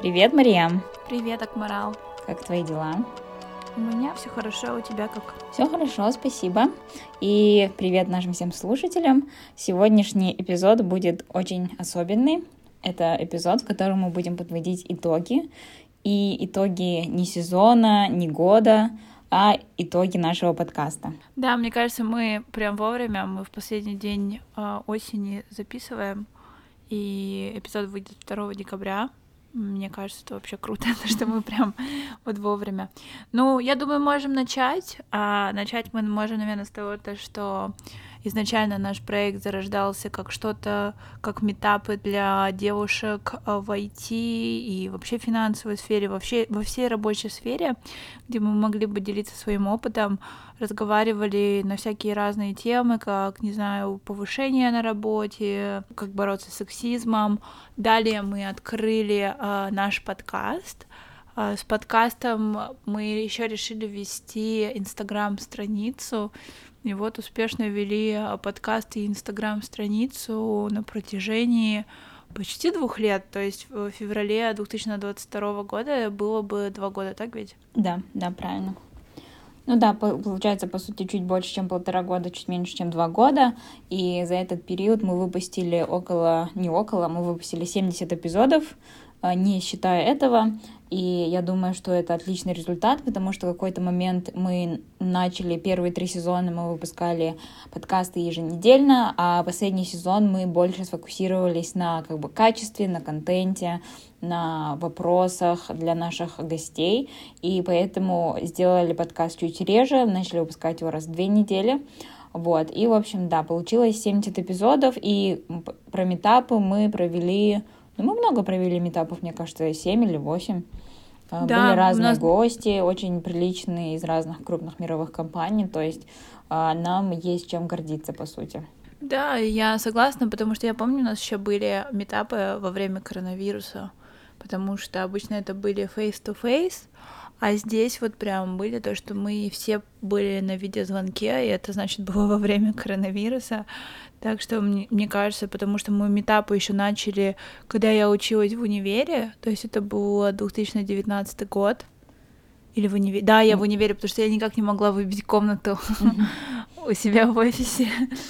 Привет, Мариам. Привет, Акмарал. Как твои дела? У меня все хорошо, у тебя как? Все хорошо, спасибо. И привет нашим всем слушателям. Сегодняшний эпизод будет очень особенный. Это эпизод, в котором мы будем подводить итоги. И итоги не сезона, не года, а итоги нашего подкаста. Да, мне кажется, мы прям вовремя, мы в последний день осени записываем, и эпизод выйдет 2 декабря. Мне кажется, это вообще круто, что мы прям вот вовремя. Ну, я думаю, можем начать. Начать мы можем, наверное, с того, что изначально наш проект зарождался как что-то, как митапы для девушек в IT и вообще в финансовой сфере, во всей рабочей сфере, где мы могли бы делиться своим опытом, разговаривали на всякие разные темы, как, не знаю, повышение на работе, как бороться с сексизмом. Далее мы открыли наш подкаст. С подкастом мы еще решили ввести Инстаграм-страницу. И вот успешно вели подкаст и Инстаграм-страницу на протяжении почти 2 лет. То есть в феврале 2022 года было бы 2 года, так ведь? Да, правильно. Ну да, получается, по сути, чуть больше, чем 1,5 года, чуть меньше, чем 2 года. И за этот период мы выпустили мы выпустили 70 эпизодов, не считая этого. И я думаю, что это отличный результат, потому что в какой-то момент мы начали, первые 3 сезона мы выпускали подкасты еженедельно, а последний сезон мы больше сфокусировались на качестве, на контенте, на вопросах для наших гостей, и поэтому сделали подкаст чуть реже, начали выпускать его раз в 2 недели. Вот, и, в общем, да, получилось 70 эпизодов, и про митапы мы провели... мы много провели митапов, мне кажется, 7 или 8. Да, были разные гости, очень приличные, из разных крупных мировых компаний, то есть нам есть чем гордиться, по сути. Да, я согласна, потому что я помню, у нас еще были митапы во время коронавируса, потому что обычно это были face-to-face, а здесь вот прям были то, что мы все были на видеозвонке, и это, значит, было во время коронавируса. Так что мне кажется, потому что мы митапы еще начали, когда я училась в универе, то есть это был 2019 год. Или в универе? Да, я в универе, потому что я никак не могла выбить комнату у себя в офисе.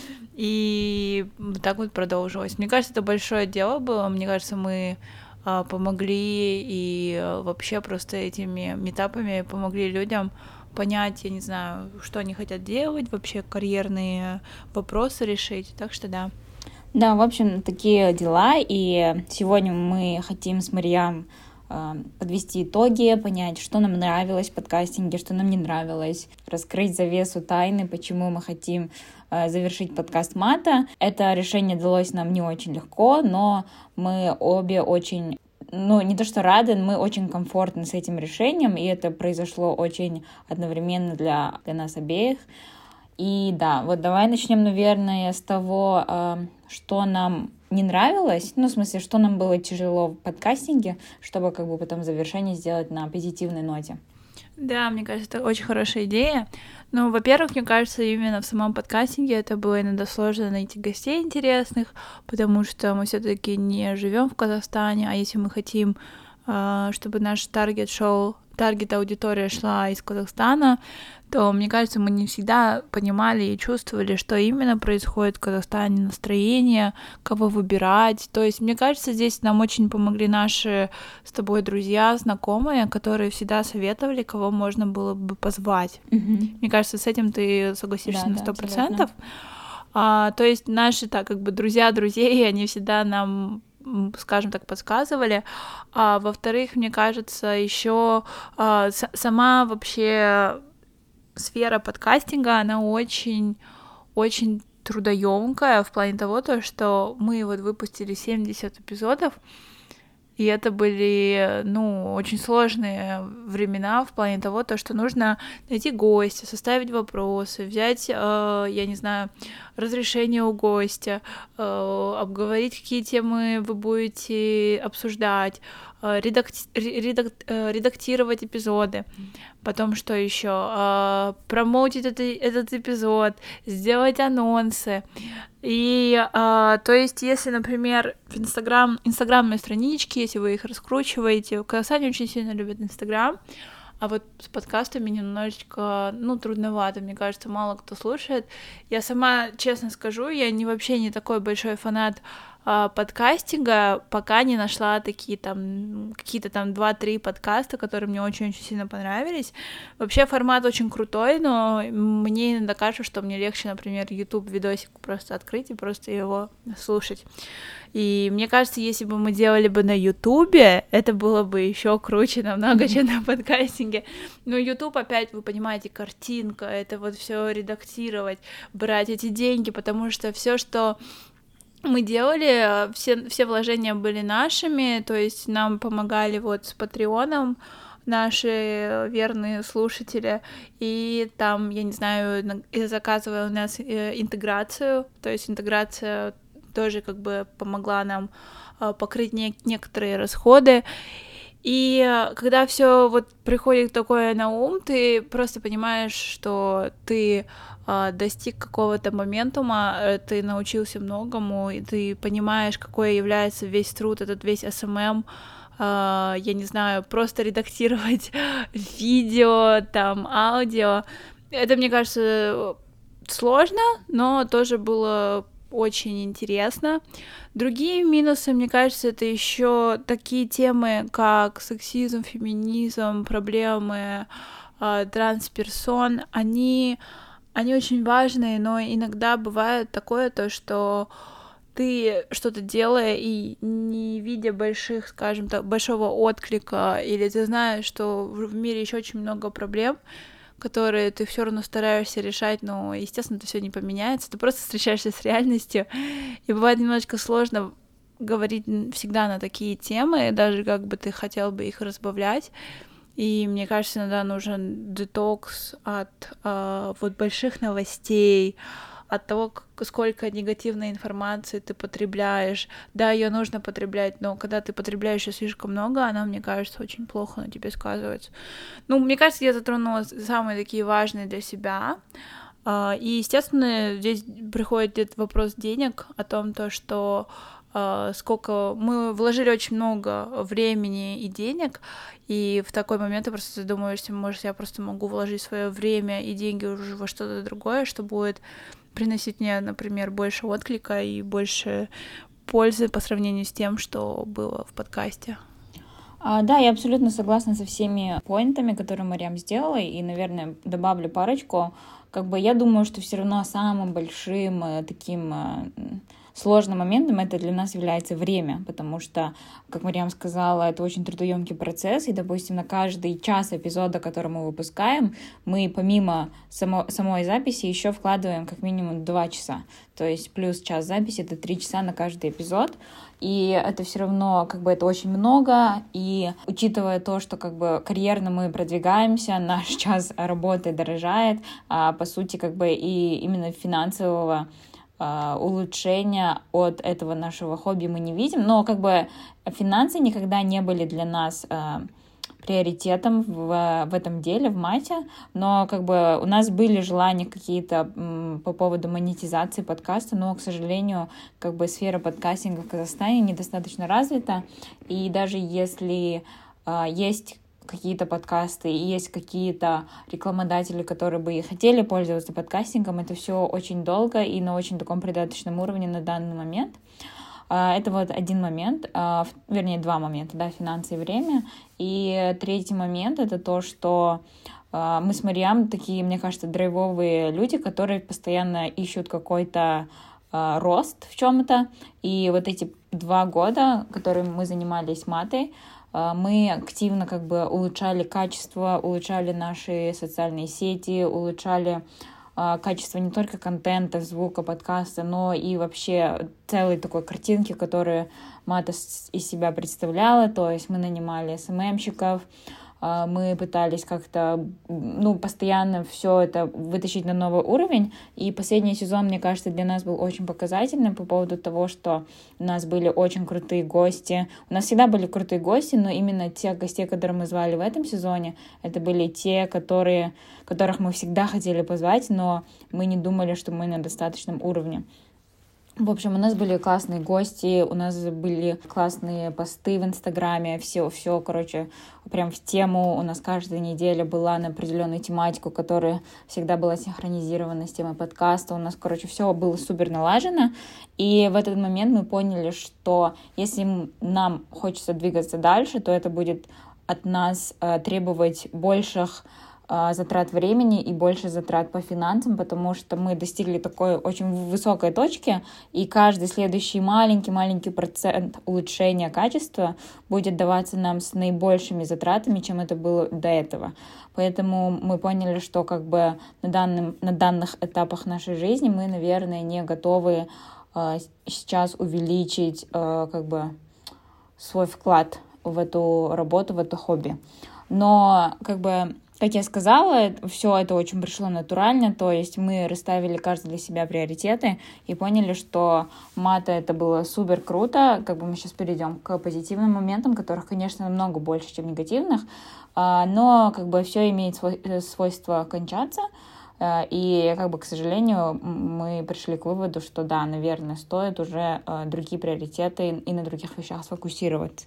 И так вот продолжилось. Мне кажется, это большое дело было. Мне кажется, мы помогли и вообще просто этими митапами помогли людям понять, я не знаю, что они хотят делать, вообще карьерные вопросы решить, так что да. Да, в общем, такие дела, и сегодня мы хотим с Мариам подвести итоги, понять, что нам нравилось в подкастинге, что нам не нравилось, раскрыть завесу тайны, почему мы хотим завершить подкаст мата. Это решение далось нам не очень легко, но мы обе очень... не то что рады, мы очень комфортны с этим решением, и это произошло очень одновременно для нас обеих. И да, вот давай начнем, наверное, с того, что нам не нравилось, в смысле, что нам было тяжело в подкастинге, чтобы потом завершение сделать на позитивной ноте. Да, мне кажется, это очень хорошая идея. Ну, во-первых, мне кажется, именно в самом подкастинге это было иногда сложно найти гостей интересных, потому что мы все-таки не живем в Казахстане, а если мы хотим, чтобы наш таргет-аудитория шла из Казахстана, то, мне кажется, мы не всегда понимали и чувствовали, что именно происходит в Казахстане, настроение, кого выбирать. То есть, мне кажется, здесь нам очень помогли наши с тобой друзья, знакомые, которые всегда советовали, кого можно было бы позвать. Мне кажется, с этим ты согласишься на 100%. То есть, наши, друзья друзей, они всегда нам, скажем так, подсказывали. А во-вторых, мне кажется, еще сама вообще сфера подкастинга, она очень трудоемкая в плане того, что мы вот выпустили 70 эпизодов, и это были, очень сложные времена в плане того, что нужно найти гостя, составить вопросы, взять, я не знаю, разрешение у гостя, обговорить, какие темы вы будете обсуждать, редактировать эпизоды, потом что еще, промоутить этот эпизод, сделать анонсы. И то есть, если, например, в инстаграмные странички, если вы их раскручиваете, казахстане очень сильно любят Инстаграм, а вот с подкастами немножечко, трудновато, мне кажется, мало кто слушает. Я сама, честно скажу, я вообще не такой большой фанат подкастинга, пока не нашла какие-то там 2-3 подкаста, которые мне очень-очень сильно понравились. Вообще формат очень крутой, но мне иногда кажется, что мне легче, например, YouTube-видосик просто открыть и просто его слушать. И мне кажется, если бы мы делали бы на Ютубе, это было бы еще круче намного, чем на подкастинге. Но Ютуб, опять, вы понимаете, картинка, это вот все редактировать, брать эти деньги, потому что все, что мы делали, все вложения были нашими, то есть нам помогали вот с Патреоном наши верные слушатели, и там, я не знаю, заказывая у нас интеграцию, то есть интеграция тоже как бы помогла нам покрыть некоторые расходы. И когда все вот приходит такое на ум, ты просто понимаешь, что ты достиг какого-то моментума, ты научился многому, и ты понимаешь, какой является весь труд, этот весь СММ, я не знаю, просто редактировать видео, там, аудио. Это, мне кажется, сложно, но тоже было очень интересно. Другие минусы, мне кажется, это еще такие темы, как сексизм, феминизм, проблемы трансперсон, они очень важные, но иногда бывает такое то, что ты что-то делая и не видя больших, скажем так, большого отклика, или ты знаешь, что в мире еще очень много проблем, которые ты все равно стараешься решать, но, естественно, это все не поменяется. Ты просто встречаешься с реальностью, и бывает немножечко сложно говорить всегда на такие темы, даже как бы ты хотел бы их разбавлять. И мне кажется, иногда нужен детокс от вот больших новостей, от того, сколько негативной информации ты потребляешь. Да, ее нужно потреблять, но когда ты потребляешь ее слишком много, она, мне кажется, очень плохо на тебе сказывается. Мне кажется, я затронула самые такие важные для себя. И, естественно, здесь приходит этот вопрос денег, о том, что сколько мы вложили очень много времени и денег, и в такой момент ты просто задумываешься, может, я просто могу вложить свое время и деньги уже во что-то другое, что будет приносить мне, например, больше отклика и больше пользы по сравнению с тем, что было в подкасте. Да, я абсолютно согласна со всеми поинтами, которые Марьям сделала, и, наверное, добавлю парочку. Я думаю, что все равно самым большим таким сложным моментом это для нас является время, потому что, как Марьям сказала, это очень трудоемкий процесс, и, допустим, на каждый час эпизода, который мы выпускаем, мы помимо самой записи еще вкладываем как минимум 2 часа, то есть плюс час записи — это 3 часа на каждый эпизод, и это все равно это очень много, и учитывая то, что карьерно мы продвигаемся, наш час работы дорожает, по сути и именно финансового улучшения от этого нашего хобби мы не видим, но финансы никогда не были для нас приоритетом в этом деле, в мате, но у нас были желания какие-то по поводу монетизации подкаста, но, к сожалению, сфера подкастинга в Казахстане недостаточно развита, и даже если есть какие-то подкасты и есть какие-то рекламодатели, которые бы и хотели пользоваться подкастингом, это все очень долго и на очень таком придаточном уровне на данный момент. Это вот один момент, вернее, 2 момента, да, финансы и время. И третий момент — это то, что мы с Марьям такие, мне кажется, драйвовые люди, которые постоянно ищут какой-то рост в чем-то. И вот эти 2 года, которые мы занимались матой, мы активно улучшали качество, улучшали наши социальные сети, улучшали качество не только контента, звука, подкаста, но и вообще целой такой картинки, которую Мата из себя представляла. То есть мы нанимали СММщиков, мы пытались как-то, постоянно все это вытащить на новый уровень, и последний сезон, мне кажется, для нас был очень показательным по поводу того, что у нас были очень крутые гости. У нас всегда были крутые гости, но именно те гостей, которые мы звали в этом сезоне, это были те, которых мы всегда хотели позвать, но мы не думали, что мы на достаточном уровне. В общем, у нас были классные гости, у нас были классные посты в Инстаграме, все, короче, прям в тему. У нас каждая неделя была на определенную тематику, которая всегда была синхронизирована с темой подкаста. У нас, все было супер налажено. И в этот момент мы поняли, что если нам хочется двигаться дальше, то это будет от нас требовать больших затрат времени и больше затрат по финансам, потому что мы достигли такой очень высокой точки, и каждый следующий маленький процент улучшения качества будет даваться нам с наибольшими затратами, чем это было до этого. Поэтому мы поняли, что на данных этапах нашей жизни мы, наверное, не готовы сейчас увеличить свой вклад в эту работу, в это хобби. Но как я сказала, все это очень пришло натурально, то есть мы расставили каждый для себя приоритеты и поняли, что мата это было супер круто. Мы сейчас перейдем к позитивным моментам, которых, конечно, намного больше, чем негативных, но все имеет свойство кончаться. И, к сожалению, мы пришли к выводу, что да, наверное, стоит уже другие приоритеты и на других вещах сфокусироваться.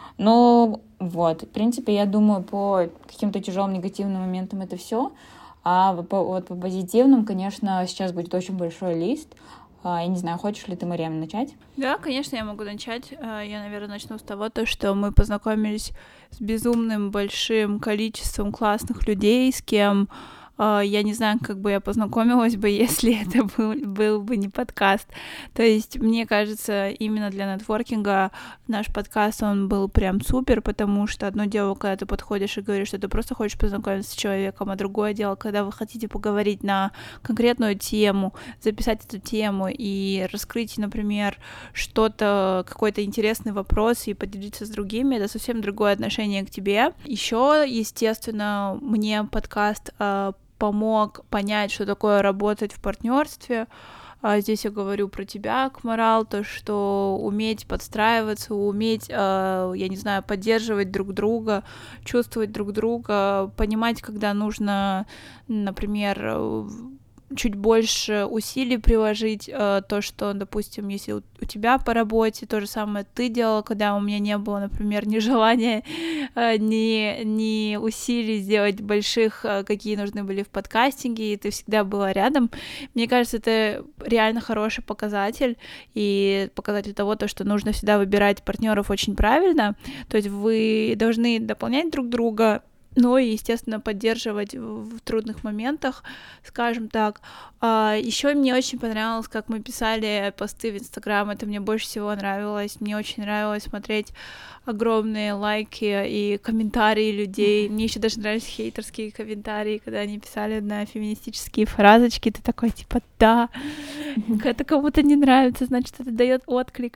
В принципе, я думаю, по каким-то тяжелым негативным моментам это все. А по позитивным, конечно, сейчас будет очень большой лист. Я не знаю, хочешь ли ты, Мариам, начать? Да, конечно, я могу начать. Я, наверное, начну с того, что мы познакомились с безумным большим количеством классных людей, с кем я не знаю, как бы я познакомилась бы, если это был бы не подкаст. То есть, мне кажется, именно для нетворкинга наш подкаст, он был прям супер, потому что одно дело, когда ты подходишь и говоришь, что ты просто хочешь познакомиться с человеком, а другое дело, когда вы хотите поговорить на конкретную тему, записать эту тему и раскрыть, например, что-то, какой-то интересный вопрос и поделиться с другими, это совсем другое отношение к тебе. Еще, естественно, мне подкаст помог понять, что такое работать в партнерстве. Здесь я говорю про тебя, Акмарал, то, что уметь подстраиваться, уметь, я не знаю, поддерживать друг друга, чувствовать друг друга, понимать, когда нужно, например, чуть больше усилий приложить, то, что, допустим, если у тебя по работе то же самое ты делала, когда у меня не было, например, ни желания, ни усилий сделать больших, какие нужны были в подкастинге, и ты всегда была рядом. Мне кажется, это реально хороший показатель, и показатель того, что нужно всегда выбирать партнеров очень правильно, то есть вы должны дополнять друг друга, но и, естественно, поддерживать в трудных моментах, скажем так. Еще мне очень понравилось, как мы писали посты в Инстаграм, это мне больше всего нравилось. Мне очень нравилось смотреть огромные лайки и комментарии людей. Мне еще даже нравились хейтерские комментарии, когда они писали на феминистические фразочки. Ты такой, типа, да, это кому-то не нравится, значит, это дает отклик.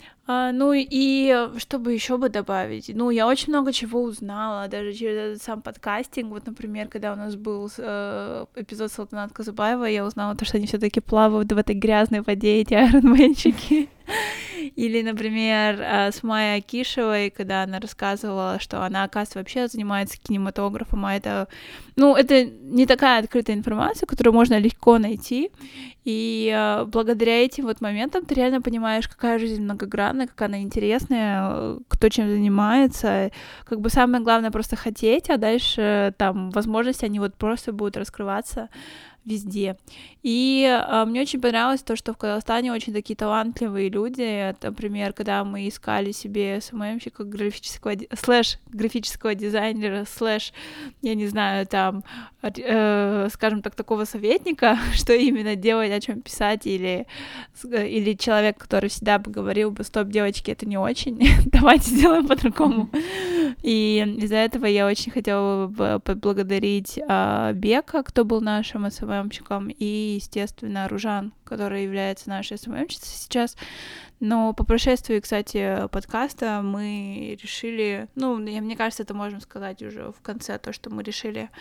И чтобы еще бы добавить, я очень много чего узнала, даже через этот сам подкастинг. Вот, например, когда у нас был эпизод с Салтанат Казубаевой, я узнала то, что они все-таки плавают в этой грязной воде, эти айронменчики. Или, например, с Майей Акишевой, когда она рассказывала, что она, оказывается, вообще занимается кинематографом, а это не такая открытая информация, которую можно легко найти, и благодаря этим моментам ты реально понимаешь, какая жизнь многогранная, какая она интересная, кто чем занимается, самое главное просто хотеть, а дальше там возможности, они просто будут раскрываться везде. И мне очень понравилось то, что в Казахстане очень такие талантливые люди. Например, когда мы искали себе СММщика, графического дизайнера, я не знаю, там, скажем так, такого советника, что именно делать, о чем писать, или человек, который всегда бы говорил бы: стоп, девочки, это не очень, давайте сделаем по-другому. И из-за этого я очень хотела бы поблагодарить Бека, кто был нашим СММщиком, СММщиком, и, естественно, Ружан, которая является нашей СММщицей сейчас. Но по прошествии, кстати, подкаста мы решили, мне кажется, это можем сказать уже в конце, то, что мы решили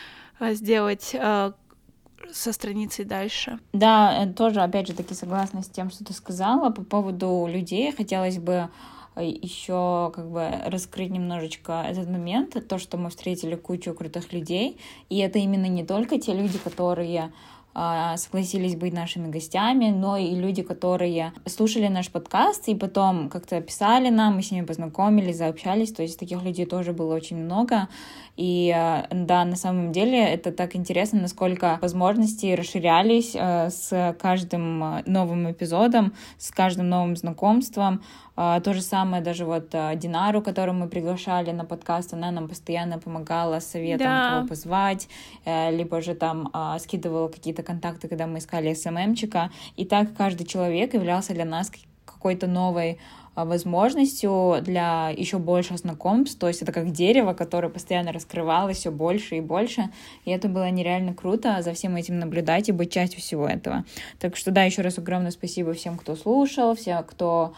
сделать со страницей дальше. Да, тоже, опять же, таки согласна с тем, что ты сказала по поводу людей. Хотелось бы еще раскрыть немножечко этот момент, то, что мы встретили кучу крутых людей, и это именно не только те люди, которые согласились быть нашими гостями, но и люди, которые слушали наш подкаст и потом как-то писали нам, мы с ними познакомились, заобщались, то есть таких людей тоже было очень много. И да, на самом деле это так интересно, насколько возможности расширялись с каждым новым эпизодом, с каждым новым знакомством. То же самое даже Динару, которую мы приглашали на подкаст, она нам постоянно помогала с советом, кого позвать, либо же там скидывала какие-то контакты, когда мы искали СММчика. И так каждый человек являлся для нас какой-то новой возможностью для еще больших знакомств, то есть это как дерево, которое постоянно раскрывалось все больше и больше, и это было нереально круто за всем этим наблюдать и быть частью всего этого. Так что да, еще раз огромное спасибо всем, кто слушал, всем, кто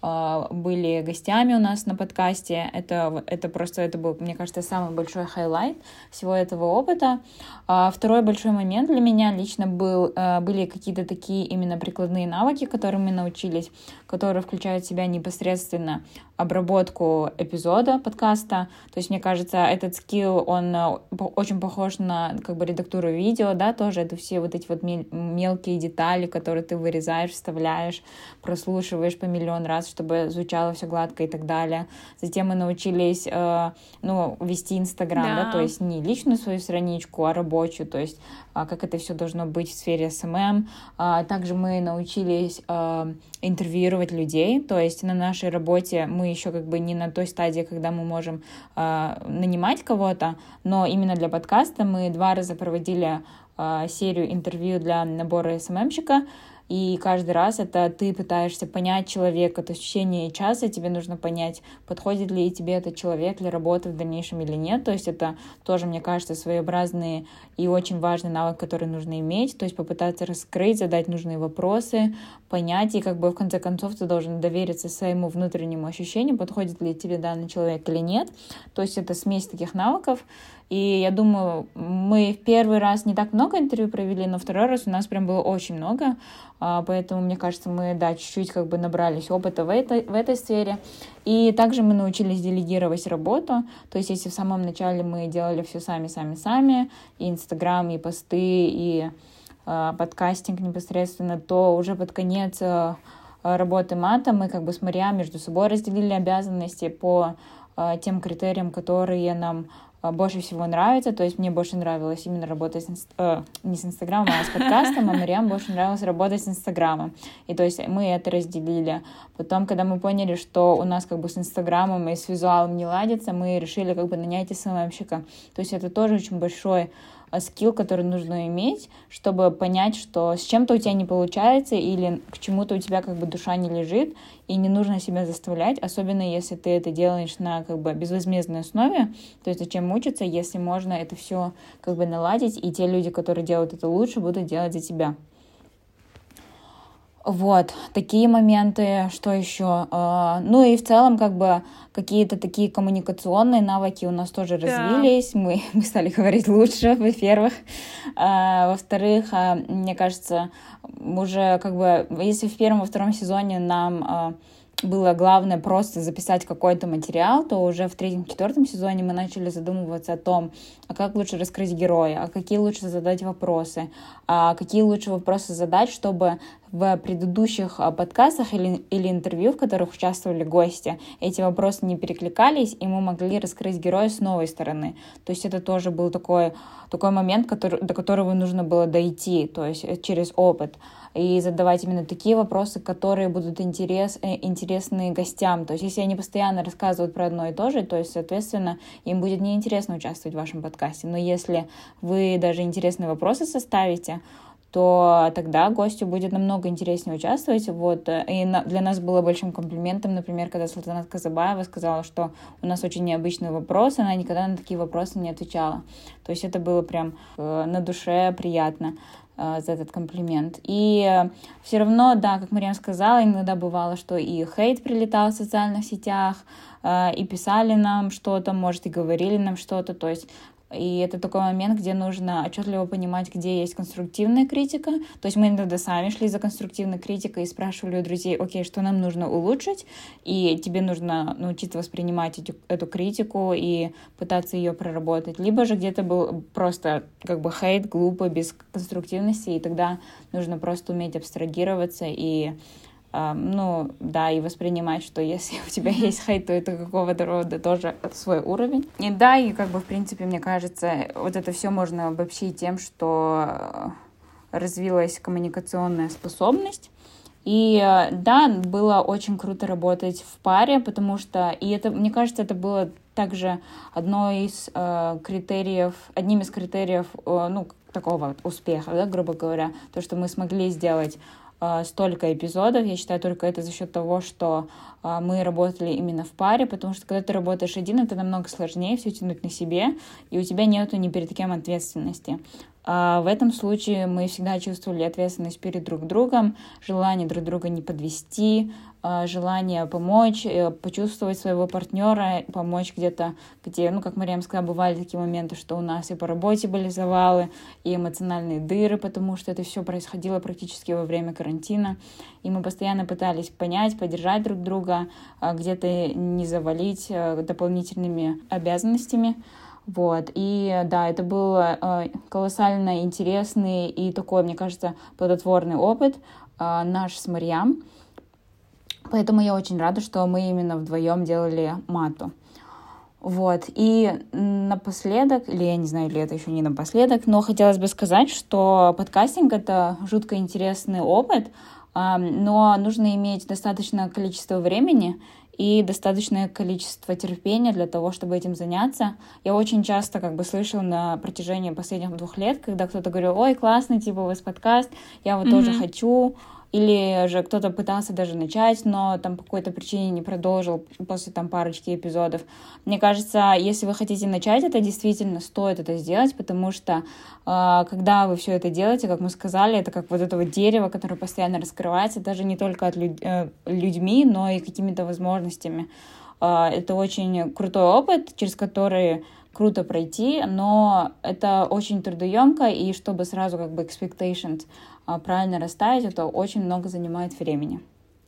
были гостями у нас на подкасте. Это был, мне кажется, самый большой хайлайт всего этого опыта. Второй большой момент для меня лично были какие-то такие именно прикладные навыки, которые мы научились, которые включают в себя непосредственно обработку эпизода подкаста. То есть, мне кажется, этот скилл, он очень похож на редактуру видео, да, тоже это все эти мелкие детали, которые ты вырезаешь, вставляешь, прослушиваешь по миллион раз, чтобы звучало все гладко и так далее. Затем мы научились вести Инстаграм, да, то есть не личную свою страничку, а рабочую, то есть как это все должно быть в сфере СММ. Также мы научились интервьюировать людей, то есть на нашей работе мы еще не на той стадии, когда мы можем нанимать кого-то, но именно для подкаста мы 2 раза проводили серию интервью для набора СММщика, и каждый раз это ты пытаешься понять человека, то есть в течение часа тебе нужно понять, подходит ли тебе этот человек для работы в дальнейшем или нет, то есть это тоже, мне кажется, своеобразный и очень важный навык, который нужно иметь, то есть попытаться раскрыть, задать нужные вопросы, понять, и в конце концов ты должен довериться своему внутреннему ощущению, подходит ли тебе данный человек или нет, то есть это смесь таких навыков. И я думаю, мы в первый раз не так много интервью провели, но второй раз у нас прям было очень много, поэтому, мне кажется, мы, чуть-чуть набрались опыта в этой сфере. И также мы научились делегировать работу, то есть если в самом начале мы делали все сами, и Инстаграм, и посты, и подкастинг непосредственно, то уже под конец работы Мата мы с Мариам между собой разделили обязанности по тем критериям, которые нам больше всего нравится, то есть мне больше нравилось именно работать не с Инстаграмом, а с подкастом, а Мариам больше нравилось работать с Инстаграмом. И то есть мы это разделили. Потом, когда мы поняли, что у нас с Инстаграмом и с визуалом не ладится, мы решили нанять СММщика. То есть это тоже очень большой скилл, который нужно иметь, чтобы понять, что с чем-то у тебя не получается или к чему-то у тебя душа не лежит, и не нужно себя заставлять, особенно если ты это делаешь на безвозмездной основе, то есть зачем мучиться, если можно это все наладить, и те люди, которые делают это лучше, будут делать за тебя. Вот, такие моменты, что еще? И в целом, какие-то такие коммуникационные навыки у нас тоже развились. Мы стали говорить лучше, во-первых. Во-вторых, мне кажется, уже если в первом, во втором сезоне нам было главное просто записать какой-то материал, то уже в 3-м, 4-м сезоне мы начали задумываться о том, а как лучше раскрыть героя, а какие лучше задать вопросы, а какие лучше вопросы задать, чтобы в предыдущих подкастах или интервью, в которых участвовали гости, эти вопросы не перекликались, и мы могли раскрыть героя с новой стороны. То есть это тоже был такой момент, до которого нужно было дойти, то есть через опыт, и задавать именно такие вопросы, которые будут интересны гостям. То есть если они постоянно рассказывают про одно и то же, то есть, соответственно, им будет неинтересно участвовать в вашем подкасте. Но если вы даже интересные вопросы составите, то тогда гостю будет намного интереснее участвовать. Вот. И для нас было большим комплиментом, например, когда Салтанат Казабаева сказала, что у нас очень необычный вопрос, она никогда на такие вопросы не отвечала. То есть это было прям на душе приятно за этот комплимент. И все равно, да, как Марьям сказала, иногда бывало, что и хейт прилетал в социальных сетях, и писали нам что-то, может, и говорили нам что-то, то есть и это такой момент, где нужно отчетливо понимать, где есть конструктивная критика. То есть мы иногда сами шли за конструктивной критикой и спрашивали у друзей, окей, что нам нужно улучшить, и тебе нужно научиться воспринимать эту критику и пытаться ее проработать. Либо же где-то был просто как бы хейт, глупо, без конструктивности, и тогда нужно просто уметь абстрагироваться и и воспринимать, что если у тебя есть хейт, то это какого-то рода тоже свой уровень. И да, и как бы, в принципе, мне кажется, вот это все можно обобщить тем, что развилась коммуникационная способность. И да, было очень круто работать в паре, потому что, и это, мне кажется, это было также одним из критериев, такого успеха, да, грубо говоря, то, что мы смогли сделать столько эпизодов. Я считаю, только это за счет того, что мы работали именно в паре, потому что когда ты работаешь один, это намного сложнее все тянуть на себе, и у тебя нету ни перед кем ответственности. В этом случае мы всегда чувствовали ответственность перед друг другом, желание друг друга не подвести, желание помочь, почувствовать своего партнера, помочь где-то, где, как Марьям сказала, бывали такие моменты, что у нас и по работе были завалы, и эмоциональные дыры, потому что это все происходило практически во время карантина, и мы постоянно пытались понять, поддержать друг друга, где-то не завалить дополнительными обязанностями. Вот, и да, это был колоссально интересный и такой, мне кажется, плодотворный опыт наш с Марьям. Поэтому я очень рада, что мы именно вдвоем делали Мату. Вот, и напоследок, или я не знаю, или это еще не напоследок, но хотелось бы сказать, что подкастинг — это жутко интересный опыт, но нужно иметь достаточное количество времени и достаточное количество терпения для того, чтобы этим заняться. Я очень часто слышала на протяжении последних 2 лет, когда кто-то говорил: ой, классный, у вас подкаст, я вот тоже хочу. Или же кто-то пытался даже начать, но там по какой-то причине не продолжил после парочки эпизодов. Мне кажется, если вы хотите начать, это действительно стоит это сделать, потому что когда вы все это делаете, как мы сказали, это как вот это вот дерево, которое постоянно раскрывается, даже не только от людьми, но и какими-то возможностями. Это очень крутой опыт, через который круто пройти, но это очень трудоемко, и чтобы сразу expectations правильно расставить, это очень много занимает времени.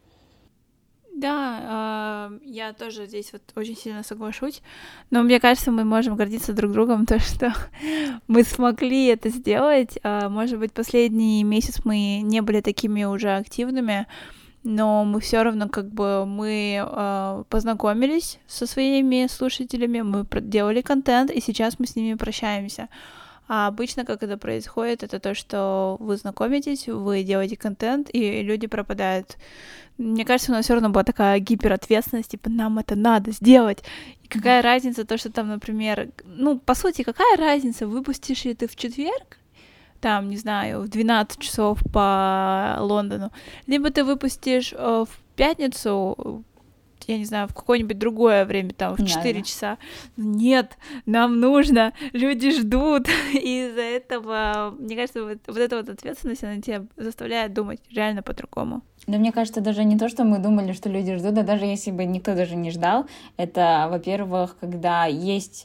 Да, я тоже здесь очень сильно соглашусь, но мне кажется, мы можем гордиться друг другом, то, что мы смогли это сделать. Может быть, последний месяц мы не были такими уже активными, но мы все равно мы познакомились со своими слушателями, мы делали контент, и сейчас мы с ними прощаемся. А обычно, как это происходит, это то, что вы знакомитесь, вы делаете контент, и люди пропадают. Мне кажется, у нас все равно была такая гиперответственность, нам это надо сделать. И какая разница, то, что там, например, по сути, какая разница, выпустишь ли ты в четверг, не знаю, в 12 часов по Лондону, либо ты выпустишь в пятницу, я не знаю, в какое-нибудь другое время, в 4 часа. Нет, нам нужно, люди ждут, и из-за этого, мне кажется, вот эта ответственность, она тебя заставляет думать реально по-другому. Да, мне кажется, даже не то, что мы думали, что люди ждут, а даже если бы никто даже не ждал, это, во-первых, когда есть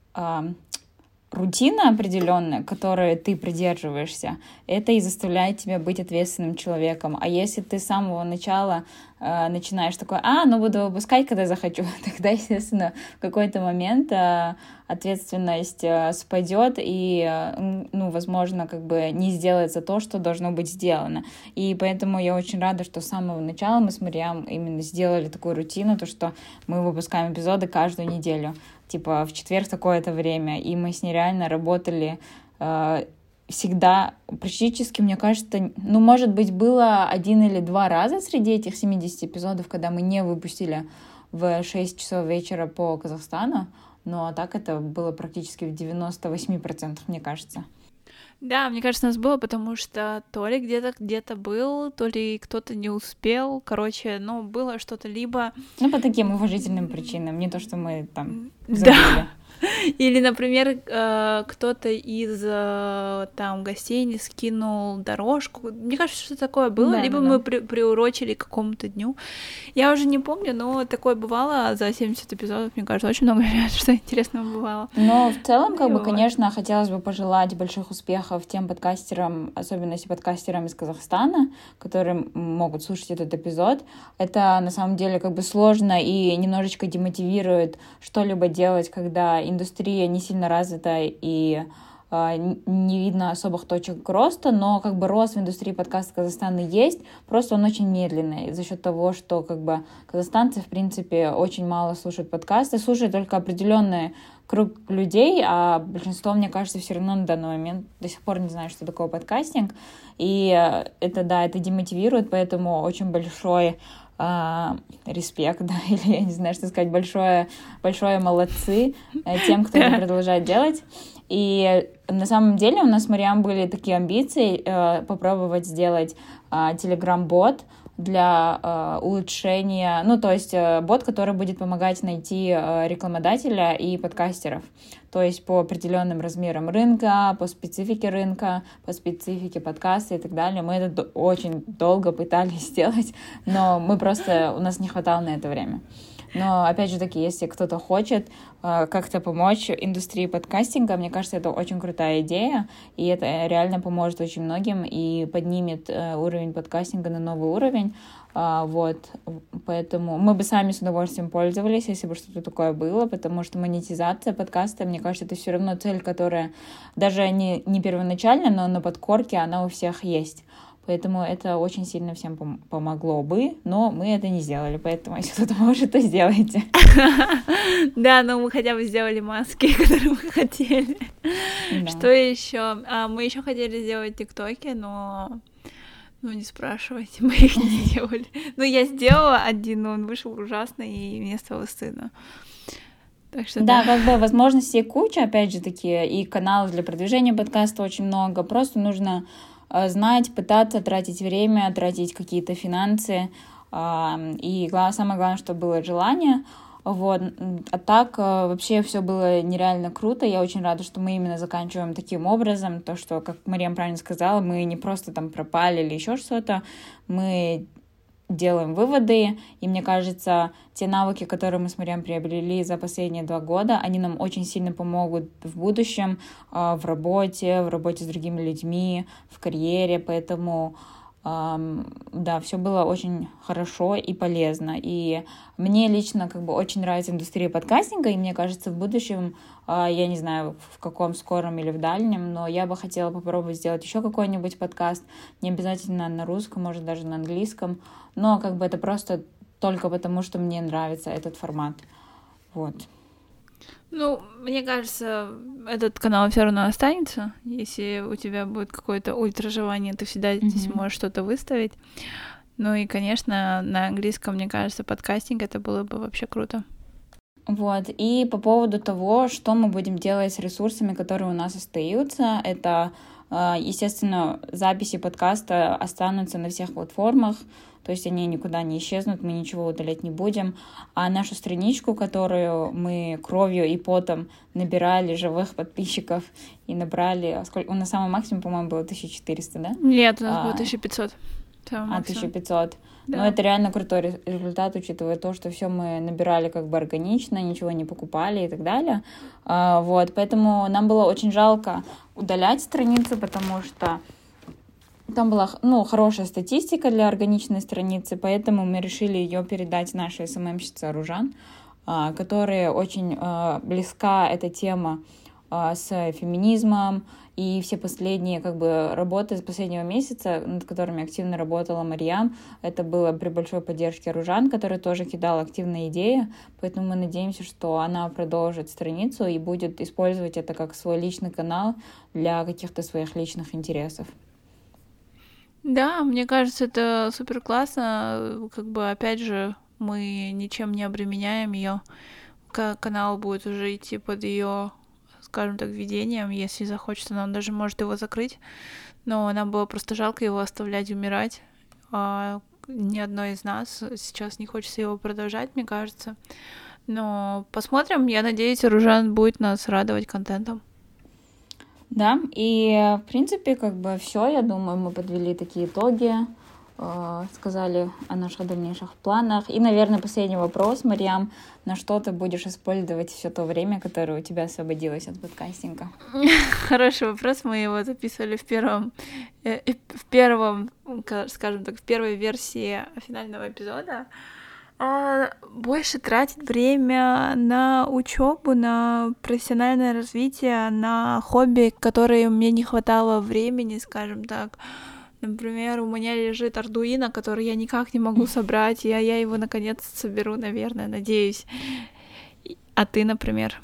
рутина определенная, которой ты придерживаешься, это и заставляет тебя быть ответственным человеком. А если ты с самого начала начинаешь такой: буду выпускать, когда захочу, тогда, естественно, в какой-то момент ответственность спадет и, возможно, не сделается то, что должно быть сделано. И поэтому я очень рада, что с самого начала мы с Марьям именно сделали такую рутину, то, что мы выпускаем эпизоды каждую неделю. В четверг такое-то время, и мы с ней реально работали всегда, практически, мне кажется, может быть, было 1 или 2 раза среди этих 70 эпизодов, когда мы не выпустили в 6 часов вечера по Казахстану, но так это было практически в 98%, мне кажется. Да, мне кажется, у нас было, потому что то ли где-то был, то ли кто-то не успел. Короче, ну, было что-то либо... Ну, по таким уважительным причинам, не то, что мы там Да. забыли. Или, например, кто-то из там гостей не скинул дорожку. Мне кажется, что такое было. Да, Либо да, мы да. приурочили к какому-то дню. Я уже не помню, но такое бывало за 70 эпизодов. Мне кажется, очень много что интересного бывало. Но в целом, Ну как и бы, вот. конечно, хотелось бы пожелать больших успехов тем подкастерам, особенно если подкастерам из Казахстана, которые могут слушать этот эпизод. Это на самом деле как бы сложно и немножечко демотивирует что-либо делать, когда индустрия не сильно развита и не видно особых точек роста, но как бы рост в индустрии подкаста Казахстана есть, просто он очень медленный за счет того, что как бы казахстанцы, в принципе, очень мало слушают подкасты, слушают только определенный круг людей, а большинство, мне кажется, все равно на данный момент до сих пор не знают, что такое подкастинг, и это, да, это демотивирует, поэтому очень большой респект, да, или я не знаю, что сказать, большое молодцы тем, кто это продолжает делать. И на самом деле у нас с Мариам были такие амбиции попробовать сделать Telegram-бот для улучшения, ну, то есть бот, который будет помогать найти рекламодателя и подкастеров, то есть по определенным размерам рынка, по специфике рынка, по специфике подкаста и так далее. Мы это очень долго пытались сделать, но у нас не хватало на это время. Но, опять же таки, если кто-то хочет как-то помочь индустрии подкастинга, мне кажется, это очень крутая идея, и это реально поможет очень многим и поднимет уровень подкастинга на новый уровень. Вот, поэтому мы бы сами с удовольствием пользовались, если бы что-то такое было, потому что монетизация подкаста, мне кажется, это все равно цель, которая даже не первоначально, но на подкорке она у всех есть. Поэтому это очень сильно всем помогло бы, но мы это не сделали, поэтому если кто-то может, то сделайте. Да, но мы хотя бы сделали маски, которые мы хотели. Что еще? Мы еще хотели сделать тиктоки, но... Ну, не спрашивайте, мы их не сделали. Ну, я сделала один, но он вышел ужасно, и мне стало стыдно. Так что да, как бы возможностей куча, опять же таки, и каналов для продвижения подкаста очень много. Просто нужно знать, пытаться тратить время, тратить какие-то финансы. И самое главное, чтобы было желание. Вот. А так вообще все было нереально круто. Я очень рада, что мы именно заканчиваем таким образом. То, что, как Мария правильно сказала, мы не просто там пропали или еще что-то. Мы делаем выводы, и мне кажется, те навыки, которые мы с Мариам приобрели за последние 2 года, они нам очень сильно помогут в будущем, в работе с другими людьми, в карьере, поэтому да, все было очень хорошо и полезно. И мне лично как бы очень нравится индустрия подкастинга, и мне кажется, в будущем, я не знаю, в каком скором или в дальнем, но я бы хотела попробовать сделать еще какой-нибудь подкаст, не обязательно на русском, может даже на английском, но как бы это просто только потому, что мне нравится этот формат. Вот. Ну, мне кажется, этот канал все равно останется. Если у тебя будет какое-то ультражелание, ты всегда здесь можешь что-то выставить. Ну и, конечно, на английском, мне кажется, подкастинг это было бы вообще круто. Вот. И по поводу того, что мы будем делать с ресурсами, которые у нас остаются, это, естественно, записи подкаста останутся на всех платформах, то есть они никуда не исчезнут, мы ничего удалять не будем. А нашу страничку, которую мы кровью и потом набирали живых подписчиков и набрали... У нас самый максимум, по-моему, было 1400, да? Нет, у нас было 1500. 1500. Да. Но это реально крутой результат, учитывая то, что все мы набирали как бы органично, ничего не покупали и так далее. Вот, поэтому нам было очень жалко удалять страницу, потому что там была, хорошая статистика для органичной страницы, поэтому мы решили ее передать нашей СММщице Аружан, которой очень близка эта тема с феминизмом, и все последние работы с последнего месяца, над которыми активно работала Мариам, это было при большой поддержке Аружан, которая тоже кидала активные идеи, поэтому мы надеемся, что она продолжит страницу и будет использовать это как свой личный канал для каких-то своих личных интересов. Да, мне кажется, это супер классно. Опять же, мы ничем не обременяем ее. Канал будет уже идти под ее, скажем так, ведением. Если захочет, он даже может его закрыть. Но нам было просто жалко его оставлять умирать. Ни одной из нас сейчас не хочется его продолжать, мне кажется. Но посмотрим. Я надеюсь, Ружан будет нас радовать контентом. Да, и в принципе, как бы все, я думаю, мы подвели такие итоги, сказали о наших дальнейших планах. И, наверное, последний вопрос, Марьям, на что ты будешь использовать все то время, которое у тебя освободилось от подкастинга? Хороший вопрос, мы его записывали в первом, скажем так, в первой версии финального эпизода. Больше тратить время на учебу, на профессиональное развитие, на хобби, которые мне не хватало времени, скажем так. Например, у меня лежит Ардуино, который я никак не могу собрать, и я его наконец соберу, наверное, надеюсь. А ты, например?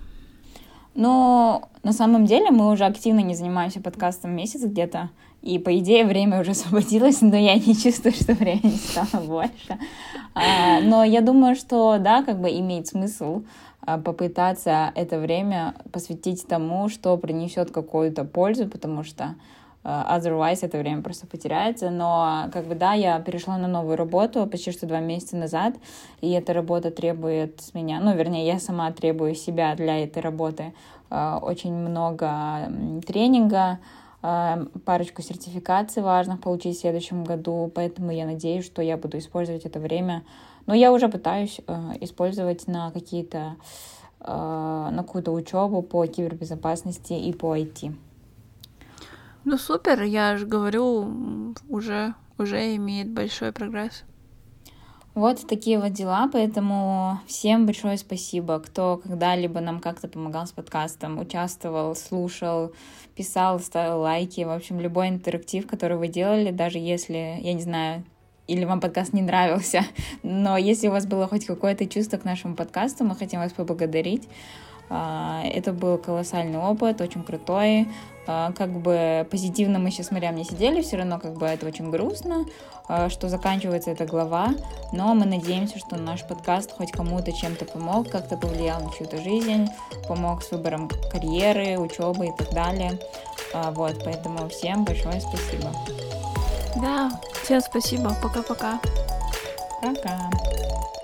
Но на самом деле мы уже активно не занимаемся подкастом месяц где-то, и, по идее, время уже освободилось, но я не чувствую, что времени стало больше. Но я думаю, что, да, как бы имеет смысл попытаться это время посвятить тому, что принесет какую-то пользу, потому что otherwise это время просто потеряется. Но, как бы, да, я перешла на новую работу почти что 2 месяца назад, и эта работа требует с меня, ну, вернее, я сама требую себя для этой работы очень много тренинга, парочку сертификаций важных получить в следующем году, поэтому я надеюсь, что я буду использовать это время. Но я уже пытаюсь использовать на какую-то учебу по кибербезопасности и по IT. Ну супер, я же говорю, уже имеет большой прогресс. Вот такие вот дела, поэтому всем большое спасибо, кто когда-либо нам как-то помогал с подкастом, участвовал, слушал, писал, ставил лайки, в общем, любой интерактив, который вы делали, даже если, я не знаю, или вам подкаст не нравился, но если у вас было хоть какое-то чувство к нашему подкасту, мы хотим вас поблагодарить. Это был колоссальный опыт, очень крутой. Как бы позитивно мы сейчас с Марьям не сидели, все равно как бы это очень грустно, что заканчивается эта глава, но мы надеемся, что наш подкаст хоть кому-то чем-то помог, как-то повлиял на чью-то жизнь, помог с выбором карьеры, учебы и так далее. Вот, поэтому всем большое спасибо. Да, всем спасибо, пока-пока. Пока.